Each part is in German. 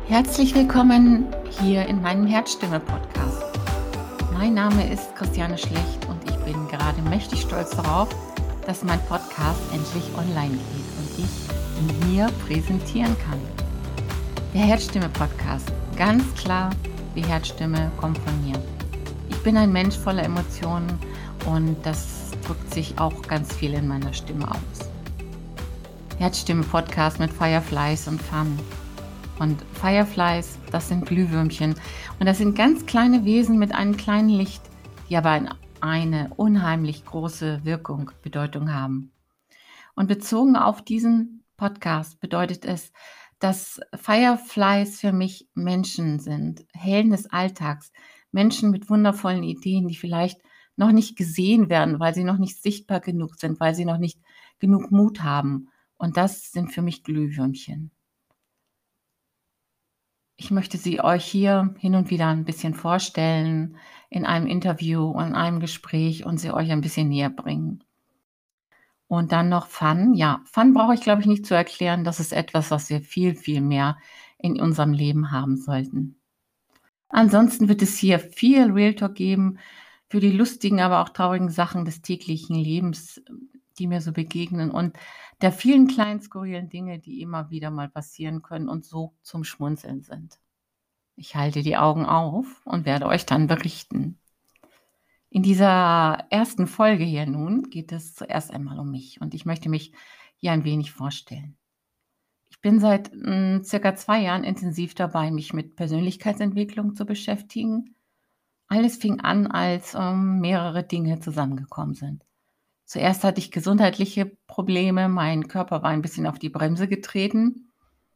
Herzlich willkommen hier in meinem Herzstimme-Podcast. Mein Name ist Christiane Schlecht und ich bin gerade mächtig stolz darauf, dass mein Podcast endlich online geht und ich ihn hier präsentieren kann. Der Herzstimme-Podcast, ganz klar, die Herzstimme kommt von mir. Ich bin ein Mensch voller Emotionen und das drückt sich auch ganz viel in meiner Stimme aus. Herzstimme-Podcast mit Fireflies und Fun. Und Fireflies, das sind Glühwürmchen. Und das sind ganz kleine Wesen mit einem kleinen Licht, die aber eine unheimlich große Bedeutung haben. Und bezogen auf diesen Podcast bedeutet es, dass Fireflies für mich Menschen sind, Helden des Alltags, Menschen mit wundervollen Ideen, die vielleicht noch nicht gesehen werden, weil sie noch nicht sichtbar genug sind, weil sie noch nicht genug Mut haben. Und das sind für mich Glühwürmchen. Ich möchte sie euch hier hin und wieder ein bisschen vorstellen, in einem Interview, in einem Gespräch und sie euch ein bisschen näher bringen. Und dann noch Fun. Ja, Fun brauche ich, glaube ich, nicht zu erklären. Das ist etwas, was wir viel, viel mehr in unserem Leben haben sollten. Ansonsten wird es hier viel Real Talk geben für die lustigen, aber auch traurigen Sachen des täglichen Lebens, die mir so begegnen und der vielen kleinen skurrilen Dinge, die immer wieder mal passieren können und so zum Schmunzeln sind. Ich halte die Augen auf und werde euch dann berichten. In dieser ersten Folge hier nun geht es zuerst einmal um mich und ich möchte mich hier ein wenig vorstellen. Ich bin seit circa 2 Jahren intensiv dabei, mich mit Persönlichkeitsentwicklung zu beschäftigen. Alles fing an, als mehrere Dinge zusammengekommen sind. Zuerst hatte ich gesundheitliche Probleme, mein Körper war ein bisschen auf die Bremse getreten.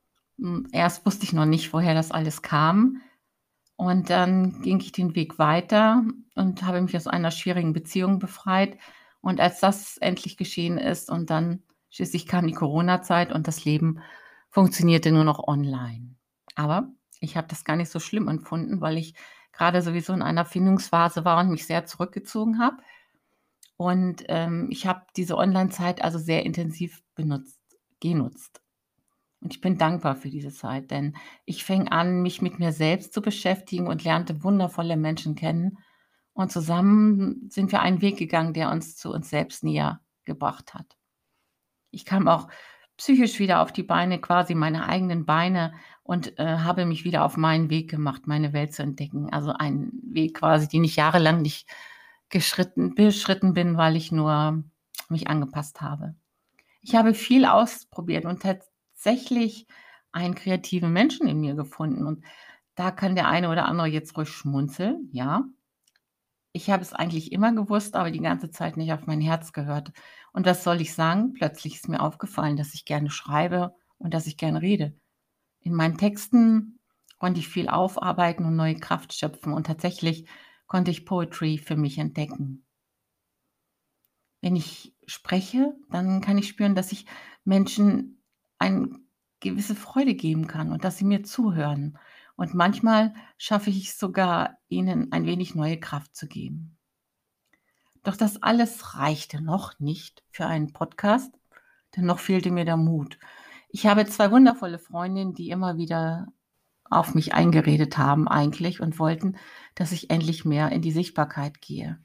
Erst wusste ich noch nicht, woher das alles kam. Und dann ging ich den Weg weiter und habe mich aus einer schwierigen Beziehung befreit. Und als das endlich geschehen ist und dann schließlich kam die Corona-Zeit und das Leben funktionierte nur noch online. Aber ich habe das gar nicht so schlimm empfunden, weil ich gerade sowieso in einer Findungsphase war und mich sehr zurückgezogen habe. Und ich habe diese Online-Zeit also sehr intensiv genutzt. Und ich bin dankbar für diese Zeit, denn ich fing an, mich mit mir selbst zu beschäftigen und lernte wundervolle Menschen kennen. Und zusammen sind wir einen Weg gegangen, der uns zu uns selbst näher gebracht hat. Ich kam auch psychisch wieder auf die Beine, quasi meine eigenen Beine und habe mich wieder auf meinen Weg gemacht, meine Welt zu entdecken. Also einen Weg quasi, den ich jahrelang nicht beschritten bin, weil ich nur mich angepasst habe. Ich habe viel ausprobiert und tatsächlich einen kreativen Menschen in mir gefunden und da kann der eine oder andere jetzt ruhig schmunzeln, ja. Ich habe es eigentlich immer gewusst, aber die ganze Zeit nicht auf mein Herz gehört. Und was soll ich sagen? Plötzlich ist mir aufgefallen, dass ich gerne schreibe und dass ich gerne rede. In meinen Texten konnte ich viel aufarbeiten und neue Kraft schöpfen und tatsächlich konnte ich Poetry für mich entdecken. Wenn ich spreche, dann kann ich spüren, dass ich Menschen eine gewisse Freude geben kann und dass sie mir zuhören. Und manchmal schaffe ich es sogar, ihnen ein wenig neue Kraft zu geben. Doch das alles reichte noch nicht für einen Podcast, denn noch fehlte mir der Mut. Ich habe 2 wundervolle Freundinnen, die immer wieder auf mich eingeredet haben eigentlich und wollten, dass ich endlich mehr in die Sichtbarkeit gehe.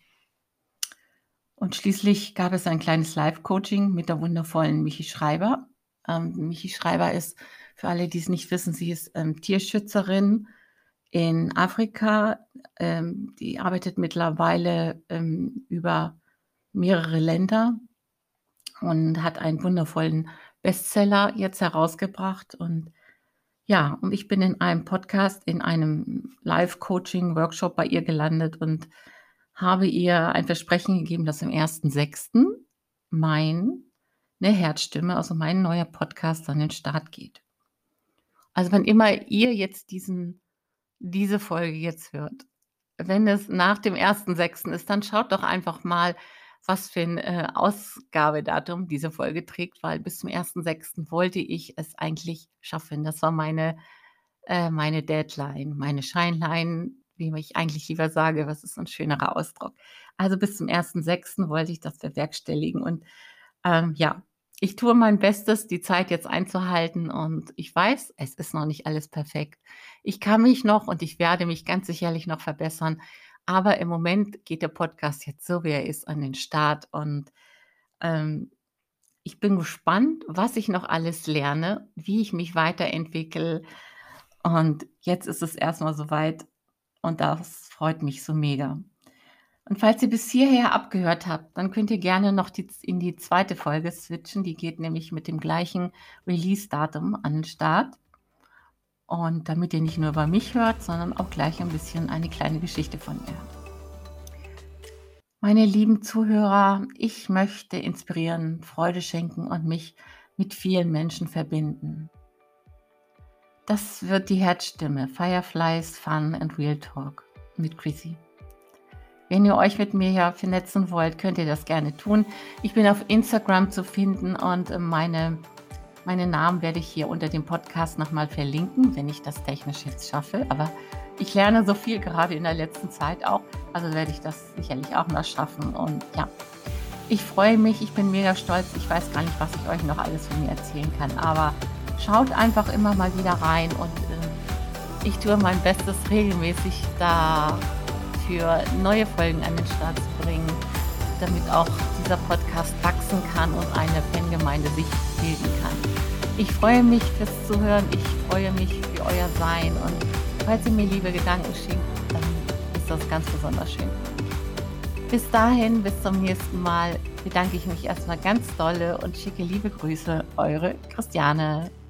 Und schließlich gab es ein kleines Live-Coaching mit der wundervollen Michi Schreiber. Michi Schreiber ist, für alle, die es nicht wissen, sie ist Tierschützerin in Afrika. Die arbeitet mittlerweile über mehrere Länder und hat einen wundervollen Bestseller jetzt herausgebracht. Und ja, und ich bin in einem Podcast, in einem Live-Coaching-Workshop bei ihr gelandet und habe ihr ein Versprechen gegeben, dass im 1.6. meine Herzstimme, also mein neuer Podcast, an den Start geht. Also wann immer ihr jetzt diese Folge jetzt hört, wenn es nach dem 1.6. ist, dann schaut doch einfach mal, was für ein Ausgabedatum diese Folge trägt, weil bis zum 1.6. wollte ich es eigentlich schaffen. Das war meine Deadline, meine Shineline, wie ich eigentlich lieber sage, was ist so 'n schönerer Ausdruck. Also, bis zum 1.6. wollte ich das bewerkstelligen und, ja, Ich tue mein Bestes, die Zeit jetzt einzuhalten und ich weiß, es ist noch nicht alles perfekt. Ich kann mich noch und ich werde mich ganz sicherlich noch verbessern, aber im Moment geht der Podcast jetzt so, wie er ist, an den Start und, ähm, ich bin gespannt, was ich noch alles lerne, wie ich mich weiterentwickle und jetzt ist es erst mal so weit und das freut mich so mega. Und falls ihr bis hierher abgehört habt, dann könnt ihr gerne noch in die zweite Folge switchen. Die geht nämlich mit dem gleichen Release-Datum an den Start. Und damit ihr nicht nur über mich hört, sondern auch gleich ein bisschen eine kleine Geschichte von mir. Meine lieben Zuhörer, ich möchte inspirieren, Freude schenken und mich mit vielen Menschen verbinden. Das wird die Herzstimme Fireflies Fun and Real Talk mit Chrissy. Wenn ihr euch mit mir ja vernetzen wollt, könnt ihr das gerne tun. Ich bin auf Instagram zu finden und meine Namen werde ich hier unter dem Podcast nochmal verlinken, wenn ich das technisch jetzt schaffe. Aber ich lerne so viel gerade in der letzten Zeit auch, also werde ich das sicherlich auch noch schaffen. Und ja, ich freue mich, ich bin mega stolz. Ich weiß gar nicht, was ich euch noch alles von mir erzählen kann, aber schaut einfach immer mal wieder rein und ich tue mein Bestes, regelmäßig da für neue Folgen an den Start zu bringen, damit auch dieser Podcast wachsen kann und eine Fangemeinde sich bilden kann. Ich freue mich fürs Zuhören, ich freue mich für euer Sein und falls ihr mir liebe Gedanken schickt, dann ist das ganz besonders schön. Bis dahin, bis zum nächsten Mal, bedanke ich mich erstmal ganz dolle und schicke liebe Grüße, eure Christiane.